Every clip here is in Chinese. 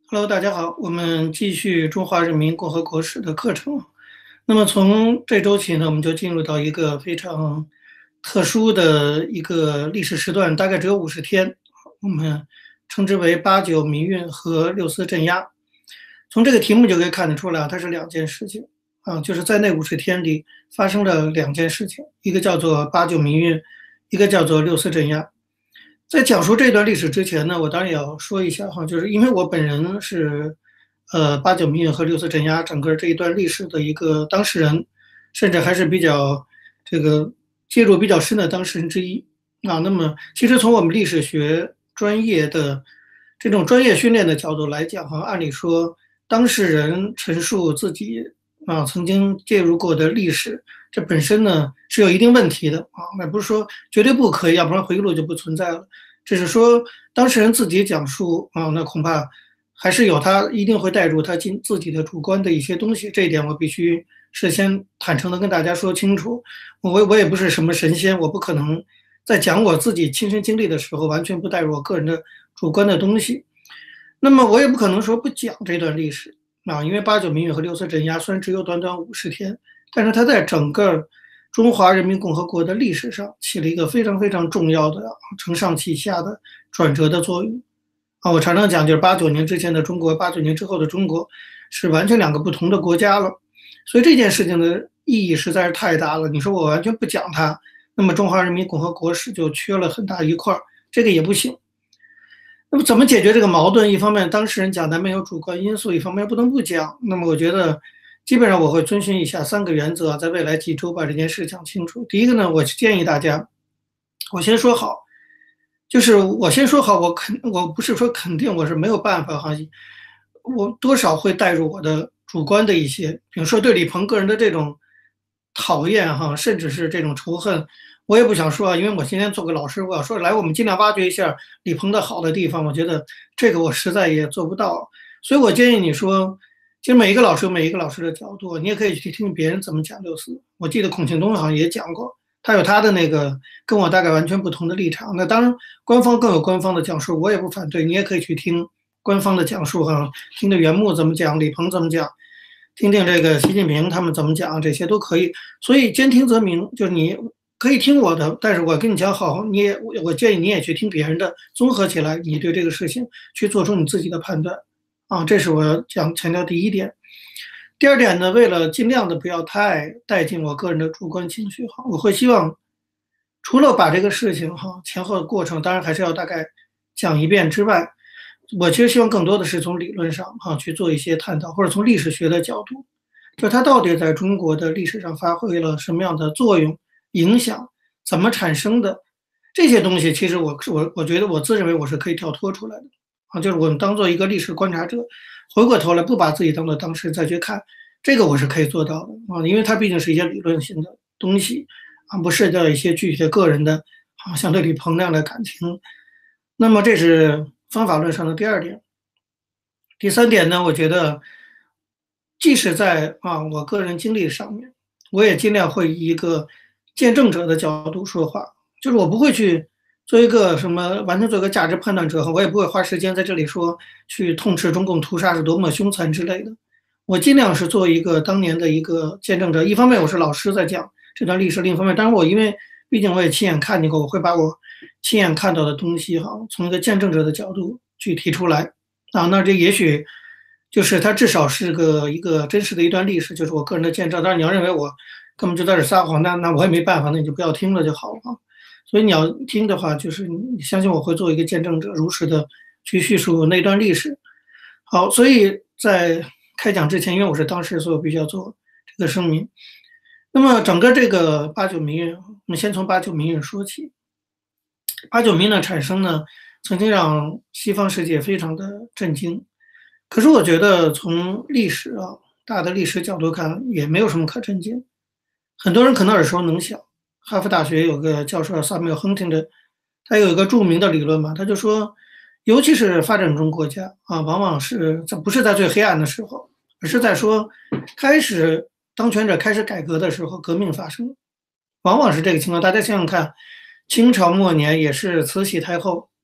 Hello，大家好，我们继续中华人民共和国史的课程。那么从这周起呢，我们就进入到一个非常特殊的一个历史时段，大概只有50天，我们称之为八九民运和六四镇压。从这个题目就可以看得出来，它是两件事情就是在那50天里发生了两件事情，一个叫做八九民运，一个叫做六四镇压。在讲述这段历史之前呢，我当然也要说一下就是因为我本人是，八九民运和六四镇压整个这一段历史的一个当事人，甚至还是比较这个介入比较深的当事人之一那么，其实从我们历史学专业的这种专业训练的角度来讲按理说，当事人陈述自己曾经介入过的历史，这本身呢是有一定问题的那不是说绝对不可以，要不然回忆录就不存在了。只是说当事人自己讲述那恐怕还是有他一定会带入他自己的主观的一些东西，这一点我必须事先坦诚的跟大家说清楚。我也不是什么神仙，我不可能在讲我自己亲身经历的时候完全不带入我个人的主观的东西。那么我也不可能说不讲这段历史因为八九民运和六四镇压虽然只有短短50天，但是它在整个中华人民共和国的历史上起了一个非常非常重要的承上启下的转折的作用我常常讲，就是89年之前的中国，89年之后的中国是完全两个不同的国家了。所以这件事情的意义实在是太大了。你说我完全不讲它，那么中华人民共和国史就缺了很大一块，这个也不行。那么怎么解决这个矛盾？一方面当事人讲的没有主观因素，一方面不能不讲。那么我觉得，基本上我会遵循以下3个原则，在未来几周把这件事讲清楚。第一个呢，我建议大家，我先说好，就是我先说好，我不是说肯定，我是没有办法我多少会带入我的主观的一些，比如说对李鹏个人的这种讨厌甚至是这种仇恨，我也不想说因为我今天做个老师，我要说来，我们尽量挖掘一下李鹏的好的地方，我觉得这个我实在也做不到，所以我建议你说，其实每一个老师有每一个老师的角度，你也可以去听别人怎么讲六四。我记得孔庆东好像也讲过，他有他的那个跟我大概完全不同的立场。那当然，官方更有官方的讲述，我也不反对，你也可以去听官方的讲述听听袁牧怎么讲，李鹏怎么讲，听听这个习近平他们怎么讲，这些都可以。所以兼听则明，就是你可以听我的，但是我跟你讲好，我建议你也去听别人的，综合起来，你对这个事情去做出你自己的判断这是我要强调第一点。第二点呢，为了尽量的不要太带进我个人的主观情绪我会希望除了把这个事情前后的过程，当然还是要大概讲一遍之外，我其实希望更多的是从理论上去做一些探讨，或者从历史学的角度，就它到底在中国的历史上发挥了什么样的作用、影响，怎么产生的这些东西，其实我觉得我自认为我是可以跳脱出来的就是我们当做一个历史观察者，回过头来不把自己当做当事人再去看，这个我是可以做到的因为它毕竟是一些理论性的东西不涉及到一些具体的个人的像对李鹏那样的感情。那么这是方法论上的第二点。第三点呢，我觉得即使在我个人经历上面，我也尽量会以一个见证者的角度说话，就是我不会去做一个完全做一个价值判断者我也不会花时间在这里说去痛斥中共屠杀是多么凶残之类的。我尽量是做一个当年的一个见证者，一方面我是老师在讲这段历史，另一方面，当然我因为毕竟我也亲眼看见过，我会把我亲眼看到的东西从一个见证者的角度去提出来那这也许就是它至少是一个真实的一段历史，就是我个人的见证。当然你要认为我根本就在这撒谎，那我也没办法，那你就不要听了就好了所以你要听的话，就是你相信我会做一个见证者，如实的去叙述那段历史。好，所以在开讲之前，因为我是当事，所以我必须要做这个声明。那么整个这个八九民运，我们先从八九民运说起。八九民运的产生呢，曾经让西方世界非常的震惊。可是我觉得从历史大的历史角度看，也没有什么可震惊。很多人可能耳熟能详，哈佛大学有个教授萨缪尔·亨廷的，他有一个著名的理论嘛，他就说，尤其是发展中国家往往不是在最黑暗的时候，而是在说当权者开始改革的时候，革命发生，往往是这个情况。大家想想看，清朝末年也是慈禧太后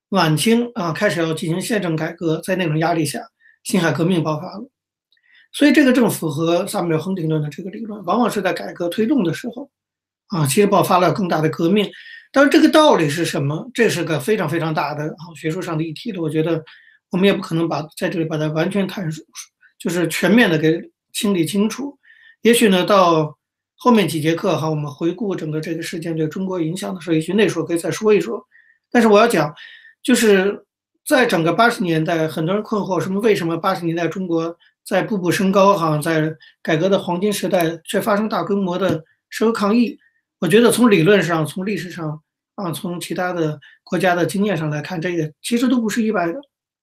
晚清啊开始要进行宪政改革，在那种压力下，辛亥革命爆发了。所以这个正符合萨缪尔·亨廷顿的这个理论，往往是在改革推动的时候啊，其实爆发了更大的革命。当然，这个道理是什么？这是个非常非常大的学术上的议题了。我觉得我们也不可能在这里把它完全谈述，就是全面的给清理清楚。也许呢，到后面几节课我们回顾整个这个事件对中国影响的时候，也许那时候可以再说一说。但是我要讲，就是在整个80年代，很多人困惑为什么80年代中国在步步升高在改革的黄金时代却发生大规模的社会抗议？我觉得从理论上、从历史上从其他的国家的经验上来看，这个其实都不是意外的。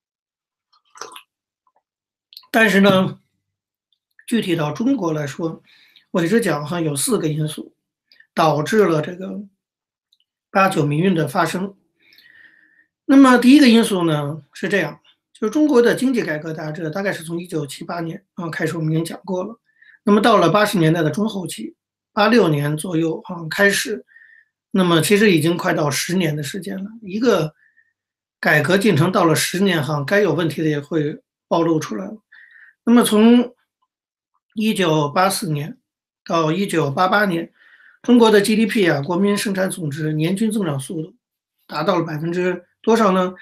但是呢，具体到中国来说，我一直讲有4个因素导致了这个89民运的发生。那么第一个因素呢是这样，就是中国的经济改革，大家知道，大概是从1978年开始，我们已经讲过了。那么到了80年代的中后期，86年左右开始，那么其实已经快到10年的时间了。一个改革进程到了10年该有问题的也会暴露出来了。那么从1984年到1988年，中国的 GDP 国民生产总值年均增长速度达到了多少呢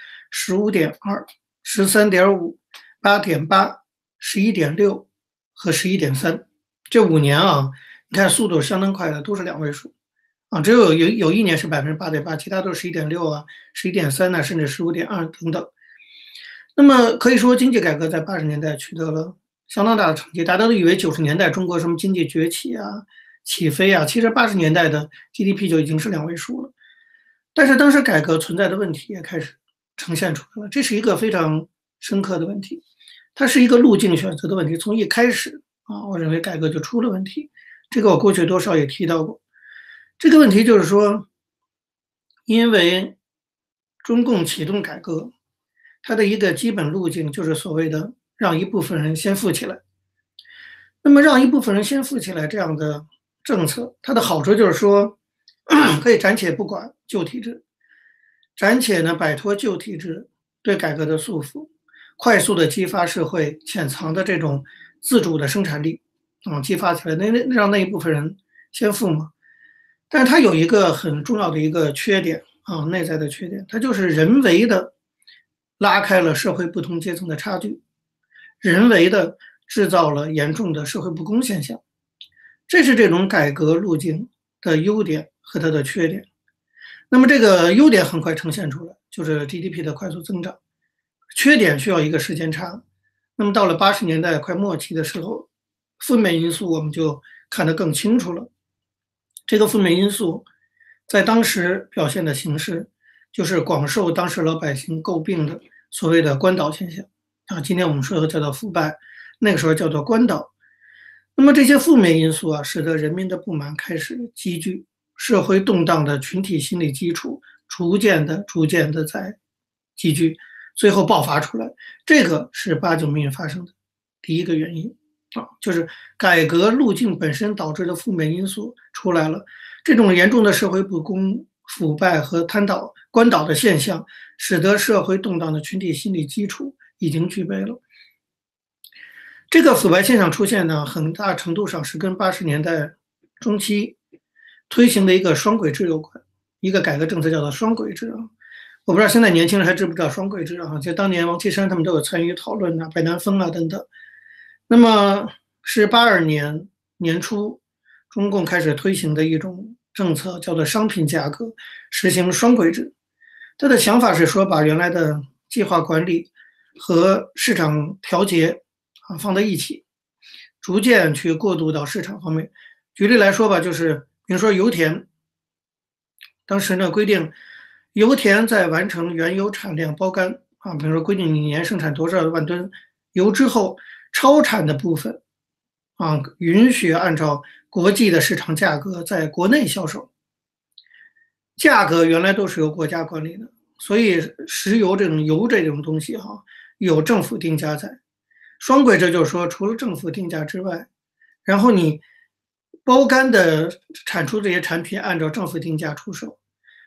？15.2、13.5、8.8、11.6和11.3。这5年你看速度相当快的，都是2位数只有一年是8.8%，其他都是11.6、11.3甚至15.2等等。那么可以说，经济改革在80年代取得了相当大的成绩。大家都以为90年代中国什么经济崛起起飞其实80年代的 GDP 就已经是2位数了。但是当时改革存在的问题也开始呈现出来了，这是一个非常深刻的问题，它是一个路径选择的问题。从一开始我认为改革就出了问题，这个我过去多少也提到过。这个问题就是说，因为中共启动改革，它的一个基本路径就是所谓的让一部分人先富起来。那么让一部分人先富起来这样的政策，它的好处就是说，可以暂且不管旧体制，暂且呢摆脱旧体制对改革的束缚，快速的激发社会潜藏的这种自主的生产力激发起来，让那一部分人先富嘛。但是它有一个很重要的一个缺点内在的缺点，它就是人为的拉开了社会不同阶层的差距，人为的制造了严重的社会不公现象。这是这种改革路径的优点和它的缺点。那么这个优点很快呈现出来，就是 GDP 的快速增长。缺点需要一个时间差。那么到了80年代快末期的时候，负面因素我们就看得更清楚了。这个负面因素在当时表现的形式，就是广受当时老百姓诟病的所谓的官倒现象今天我们说的叫做腐败，那个时候叫做官倒。那么这些负面因素使得人民的不满开始积聚，社会动荡的群体心理基础逐渐的在积聚，最后爆发出来。这个是89民运发生的第一个原因就是改革路径本身导致的负面因素出来了。这种严重的社会不公、腐败和官倒的现象，使得社会动荡的群体心理基础已经具备了。这个腐败现象出现呢，很大程度上是跟80年代中期推行的一个双轨制有关。一个改革政策叫做双轨制我不知道现在年轻人还知不知道双轨制就当年王岐山他们都有参与讨论白南风等等。那么是82年年初，中共开始推行的一种政策叫做商品价格实行双轨制。他的想法是说，把原来的计划管理和市场调节放在一起，逐渐去过渡到市场方面。举例来说吧，就是比如说油田，当时呢规定油田在完成原油产量包干比如说规定你年生产多少万吨油之后，超产的部分允许按照国际的市场价格在国内销售。价格原来都是由国家管理的，所以石油这种油这种东西有政府定价在。双轨制就是说，除了政府定价之外，然后你包干的产出这些产品按照政府定价出售，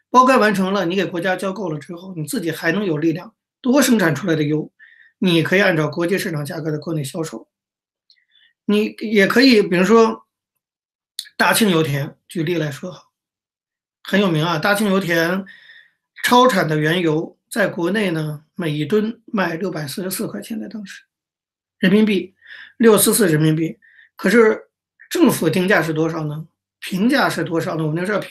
包该完成了，你给国家交够了之后，你自己还能有力量多生产出来的油，你可以按照国际市场价格的国内销售。你也可以，比如说大庆油田，举例来说很有名啊。大庆油田超产的原油在国内呢，每一吨卖644块钱，在当时人民币644人民币。可是政府定价是多少呢？平价是多少呢？我们就知道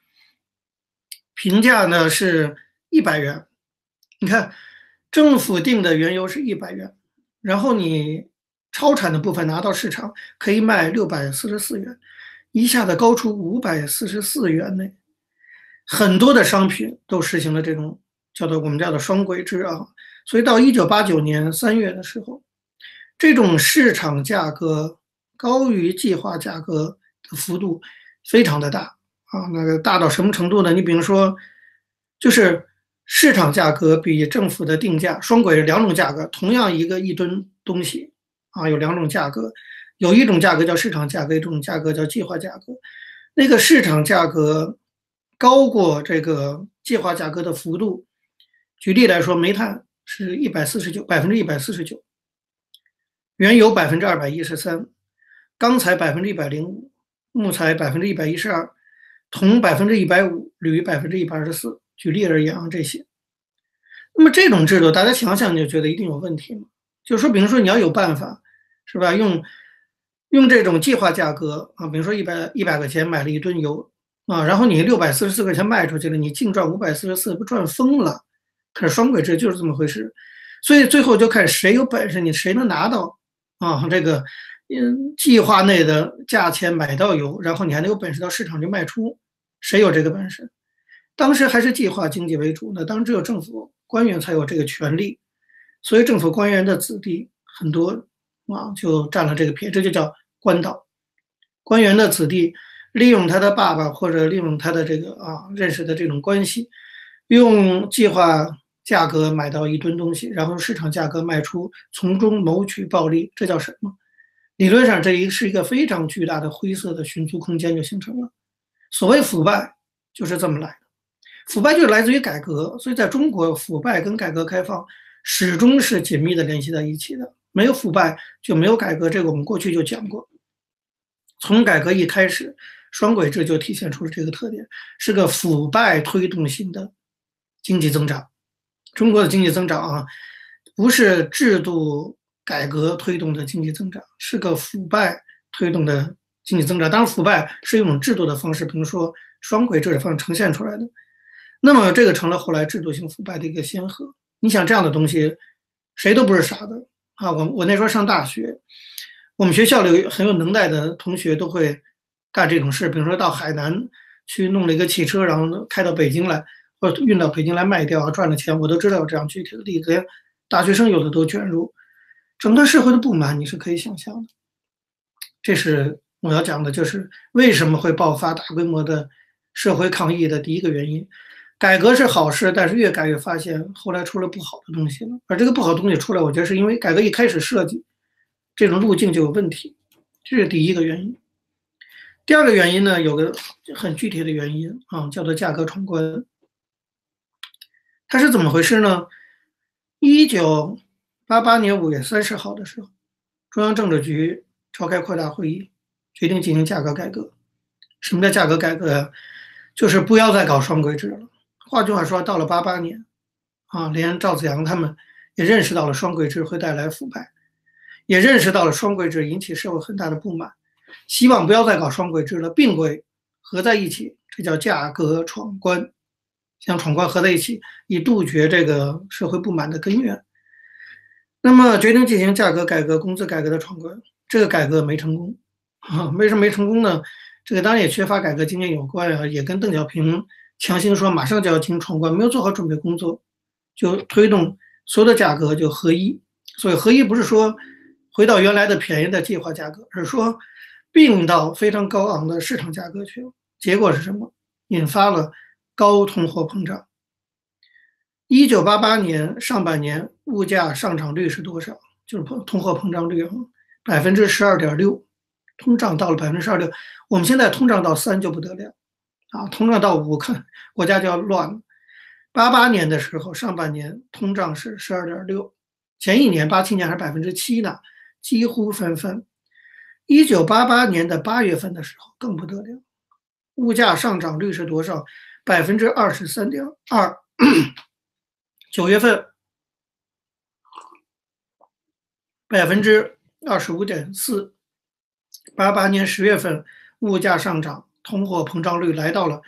平价呢是100元。你看，政府定的原油是100元，然后你超产的部分拿到市场可以卖644元，一下子高出544元呢。很多的商品都实行了这种我们叫做双轨制啊。所以到1989年3月的时候，这种市场价格高于计划价格的幅度非常的大啊。那个大到什么程度呢？你比如说，就是市场价格比政府的定价，双轨两种价格，同样一吨东西啊，有两种价格，有一种价格叫市场价格，一种价格叫计划价格。那个市场价格高过这个计划价格的幅度，举例来说，煤炭是149%，原油213%，钢材105%，木材112%，铜150%，铝124%。举例而言啊，这些。那么这种制度，大家想想就觉得一定有问题嘛？就是说，比如说你要有办法，是吧？用这种计划价格啊，比如说100块钱买了一吨油啊，然后你644块钱卖出去了，你净赚544，不赚疯了？可是双轨制就是这么回事，所以最后就看谁有本事，你谁能拿到啊这个计划内的价钱买到油，然后你还能有本事到市场去卖出，谁有这个本事？当时还是计划经济为主的，当时只有政府官员才有这个权利，所以政府官员的子弟很多啊，就占了这个便宜，这就叫官倒。官员的子弟利用他的爸爸或者利用他的这个认识的这种关系，用计划价格买到一吨东西，然后市场价格卖出，从中谋取暴利，这叫什么？理论上这是一个非常巨大的灰色的寻租空间就形成了。所谓腐败就是这么来的。腐败就是来自于改革，所以在中国，腐败跟改革开放始终是紧密的联系在一起的。没有腐败就没有改革，这个我们过去就讲过。从改革一开始，双轨制就体现出了这个特点，是个腐败推动型的经济增长。中国的经济增长啊，不是制度改革推动的经济增长，是个腐败推动的经济增长。当然，腐败是一种制度的方式，比如说双轨制的方式呈现出来的。那么这个成了后来制度性腐败的一个先河。你想这样的东西，谁都不是傻的啊！我那时候上大学，我们学校里很有能耐的同学都会干这种事，比如说到海南去弄了一个汽车，然后开到北京来，或者运到北京来卖掉，赚了钱。我都知道有这样具体的例子，大学生有的都卷入。整个社会的不满你是可以想象的。这是我要讲的，就是为什么会爆发大规模的社会抗议的第一个原因。改革是好事，但是越改越发现后来出了不好的东西了。而这个不好的东西出来，我觉得是因为改革一开始设计这种路径就有问题，这是第一个原因。第二个原因呢，有个很具体的原因啊，叫做价格闯关。它是怎么回事呢？1988年5月30号的时候，中央政治局召开扩大会议，决定进行价格改革。什么叫价格改革呀？就是不要再搞双轨制了。换句话说，到了88年，连赵紫阳他们也认识到了双轨制会带来腐败，也认识到了双轨制引起社会很大的不满，希望不要再搞双轨制了，并轨合在一起，这叫价格闯关，将闯关合在一起，以杜绝这个社会不满的根源。那么决定进行价格改革、工资改革的闯关，这个改革没成功为什么没成功呢？这个当然也缺乏改革经验有关啊，也跟邓小平强行说马上就要进行闯关，没有做好准备工作，就推动所有的价格就合一。所以合一不是说回到原来的便宜的计划价格，而是说并到非常高昂的市场价格去了。结果是什么？引发了高通货膨胀。1988年上半年物价上涨率是多少？就是通货膨胀率12.6%，通胀到了12.6%。我们现在通胀到3就不得了啊，通胀到5，国家就要乱了。88年的时候，上半年通胀是12.6%，前一年87年还是7%呢，几乎翻番。1988年的8月份的时候更不得了，物价上涨率是多少？23.2%。9月份25.4%。88年10月份物价上涨，通货膨胀率来到了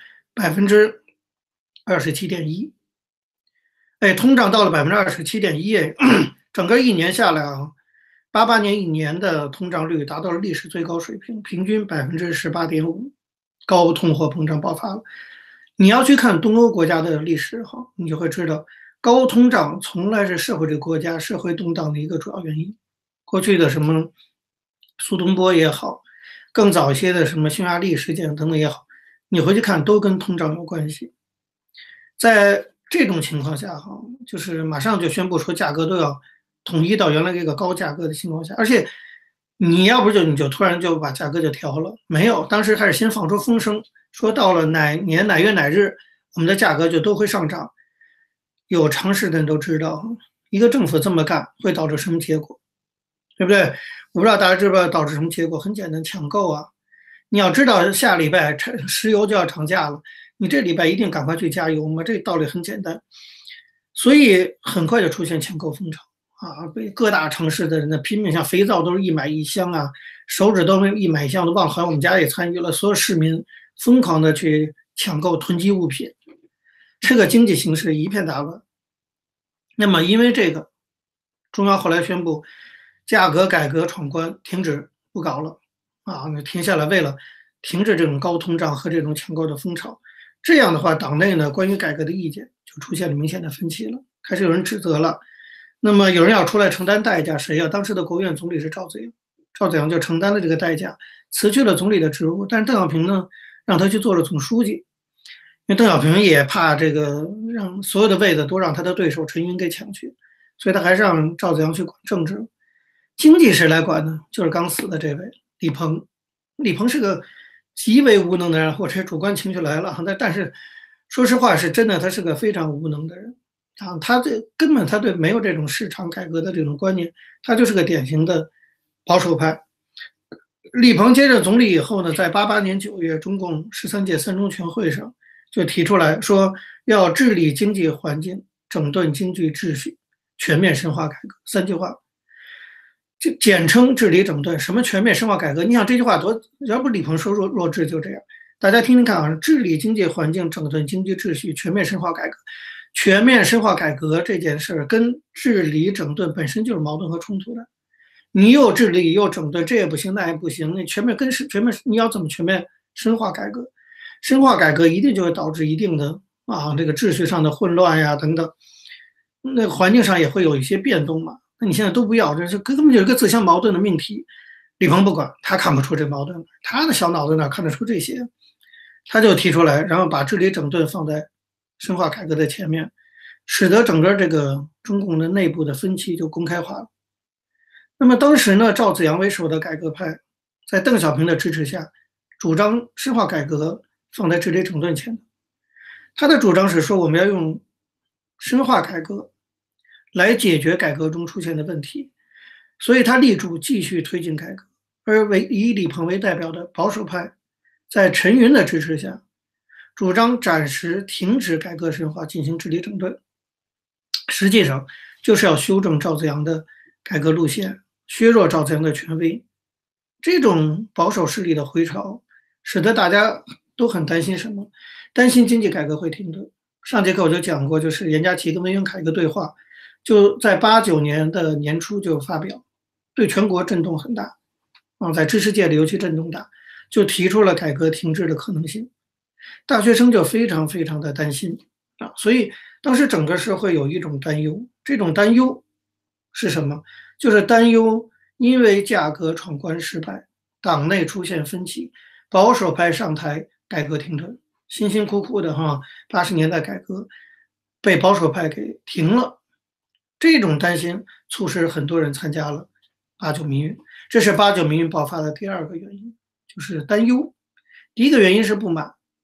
27.1%。哎，通胀到了27.1%，整个一年下来啊，88年一年的通胀率达到了历史最高水平，平均18.5%，高通货膨胀爆发了。你要去看东欧国家的历史哈，你就会知道，高通胀从来是社会主义国家社会动荡的一个主要原因。过去的什么苏东坡也好，更早一些的什么匈牙利事件等等也好，你回去看都跟通胀有关系。在这种情况下，哈，就是马上就宣布说价格都要统一到原来这个高价格的情况下，而且你要不你就突然就把价格就调了，没有，当时还是先放出风声，说到了哪年哪月哪日，我们的价格就都会上涨。有常识的人都知道，一个政府这么干会导致什么结果，对不对？我不知道大家知不知道导致什么结果？很简单，抢购啊！你要知道下礼拜石油就要涨价了。你这礼拜一定赶快去加油嘛，这道理很简单，所以很快就出现抢购风潮啊！被各大城市的人呢拼命，像肥皂都是一买一箱啊，手指都一买一箱的忘，好像我们家也参与了，所有市民疯狂的去抢购囤积物品，这个经济形势一片大乱。那么因为这个，中央后来宣布价格改革闯关，停止不搞了啊，那停下来，为了停止这种高通胀和这种抢购的风潮。这样的话，党内呢关于改革的意见就出现了明显的分歧了，开始有人指责了。那么有人要出来承担代价，谁呀？当时的国务院总理是赵紫阳，赵紫阳就承担了这个代价，辞去了总理的职务。但是邓小平呢，让他去做了总书记，因为邓小平也怕这个让所有的位子都让他的对手陈云给抢去，所以他还是让赵紫阳去管政治。经济谁来管呢？就是刚死的这位李鹏。李鹏是个极为无能的人，或者主观情绪来了，但是说实话是真的，他是个非常无能的人啊，他根本他对没有这种市场改革的这种观念，他就是个典型的保守派。李鹏接任总理以后呢，在88年9月中共13届三中全会上就提出来说，要治理经济环境，整顿经济秩序，全面深化改革，3句话。就简称治理整顿，什么全面深化改革？你想这句话多，要不李鹏说弱智就这样。大家听听看啊，治理经济环境，整顿经济秩序，全面深化改革。全面深化改革这件事跟治理整顿本身就是矛盾和冲突的。你又治理又整顿，这也不行，那也不行。你全面你要怎么全面深化改革？深化改革一定就会导致一定的这个秩序上的混乱呀等等，那个环境上也会有一些变动嘛。那你现在都不要，这是根本就是一个自相矛盾的命题。李鹏不管，他看不出这矛盾，他的小脑子哪看得出这些？他就提出来，然后把治理整顿放在深化改革的前面，使得整个这个中共的内部的分歧就公开化了。那么当时呢，赵紫阳为首的改革派在邓小平的支持下，主张深化改革放在治理整顿前。他的主张是说，我们要用深化改革来解决改革中出现的问题，所以他力主继续推进改革。而以李鹏为代表的保守派，在陈云的支持下，主张暂时停止改革深化，进行治理整顿。实际上就是要修正赵紫阳的改革路线，削弱赵紫阳的权威。这种保守势力的回潮，使得大家都很担心什么？担心经济改革会停顿。上节课我就讲过，就是严家祺跟温永凯一个对话，就在89年的年初就发表，对全国震动很大在知识界里尤其震动大，就提出了改革停滞的可能性。大学生就非常非常的担心所以当时整个社会有一种担忧。这种担忧是什么？就是担忧因为价格闯关失败，党内出现分歧，保守派上台，改革停顿，辛辛苦苦的80年代改革被保守派给停了。这种担心促使很多人参加了89民运，这是89民运爆发的第二个原因，就是担忧。第一个原因是不满，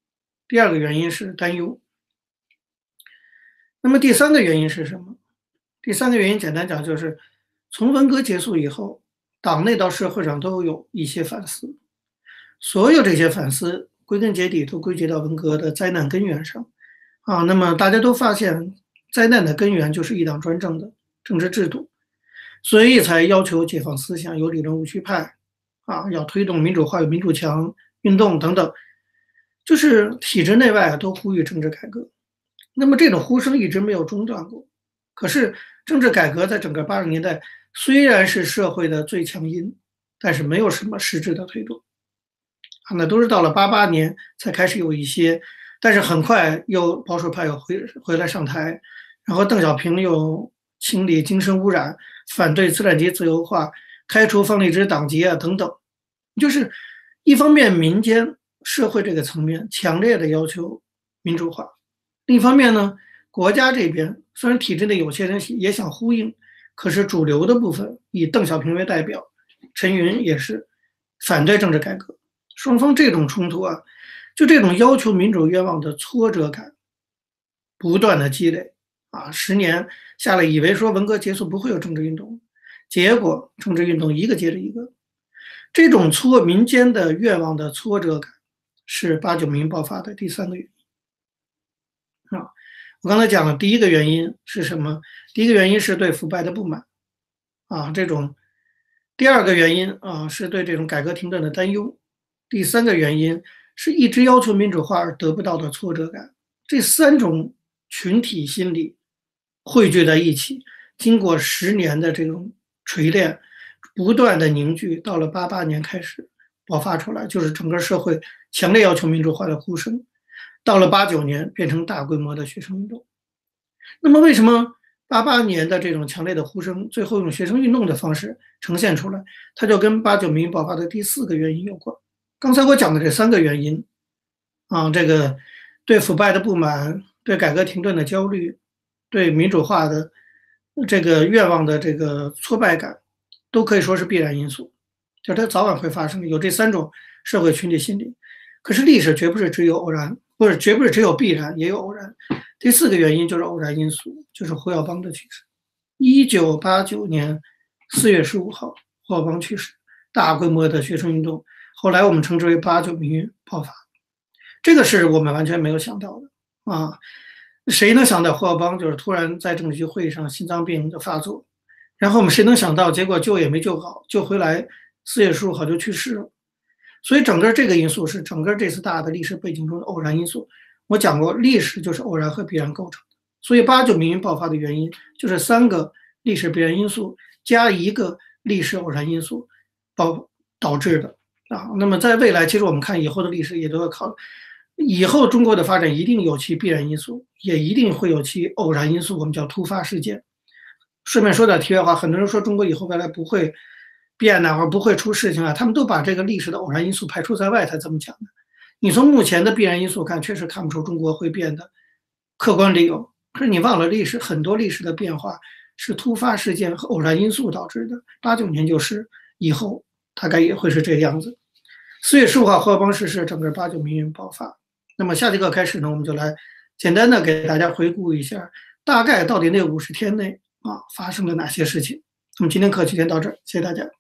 第二个原因是担忧。那么第三个原因是什么？第三个原因简单讲就是，从文革结束以后，党内到社会上都有一些反思，所有这些反思归根结底都归结到文革的灾难根源上。那么大家都发现，灾难的根源就是一党专政的政治制度，所以才要求解放思想，有理论无序派，要推动民主化、有民主墙运动等等，就是体制内外都呼吁政治改革。那么这种呼声一直没有中断过。可是政治改革在整个80年代虽然是社会的最强音，但是没有什么实质的推动。那都是到了88年才开始有一些，但是很快又保守派又回来上台，然后邓小平又清理精神污染，反对资产阶级自由化，开除方励之党籍等等。就是一方面民间社会这个层面强烈的要求民主化，另一方面呢，国家这边虽然体制内有些人也想呼应，可是主流的部分以邓小平为代表，陈云也是反对政治改革，双方这种冲突就这种要求民主愿望的挫折感不断的积累10年下来，以为说文革结束不会有政治运动，结果政治运动一个接着一个，这种民间的愿望的挫折感是89民运爆发的第三个原因。我刚才讲了第一个原因是什么？第一个原因是对腐败的不满这种；第二个原因是对这种改革停顿的担忧；第三个原因是一直要求民主化而得不到的挫折感。这三种群体心理汇聚在一起，经过10年的这种锤炼，不断的凝聚，到了88年开始爆发出来，就是整个社会强烈要求民主化的呼声。到了89年变成大规模的学生运动。那么为什么88年的这种强烈的呼声最后用学生运动的方式呈现出来？它就跟89民运爆发的第四个原因有关。刚才我讲的这三个原因这个对腐败的不满，对改革停顿的焦虑，对民主化的这个愿望的这个挫败感，都可以说是必然因素，就它早晚会发生，有这三种社会群体心理。可是历史绝不是只有偶然，绝不是只有必然，也有偶然。第四个原因就是偶然因素，就是胡耀邦的去世。1989年4月15号，胡耀邦去世，大规模的学生运动，后来我们称之为89民运爆发。这个是我们完全没有想到的谁能想到胡耀邦就是突然在政治局会议上心脏病的发作，然后我们谁能想到结果救也没救好，救回来4月15号就去世了。所以整个这个因素是整个这次大的历史背景中的偶然因素。我讲过，历史就是偶然和必然构成的，所以89民运爆发的原因就是3个历史必然因素加1个历史偶然因素导致的那么在未来，其实我们看以后的历史也都要考，以后中国的发展一定有其必然因素，也一定会有其偶然因素，我们叫突发事件。顺便说点题外话，很多人说中国以后未来不会变或者不会出事情他们都把这个历史的偶然因素排除在外才这么讲的。你从目前的必然因素看，确实看不出中国会变的客观理由。可是你忘了很多历史的变化是突发事件和偶然因素导致的。89年就是，以后大概也会是这个样子。4月15号胡耀邦逝世，整个89民运爆发。那么下节课开始呢，我们就来简单的给大家回顾一下，大概到底那50天内发生了哪些事情。那么今天课就先到这儿，谢谢大家。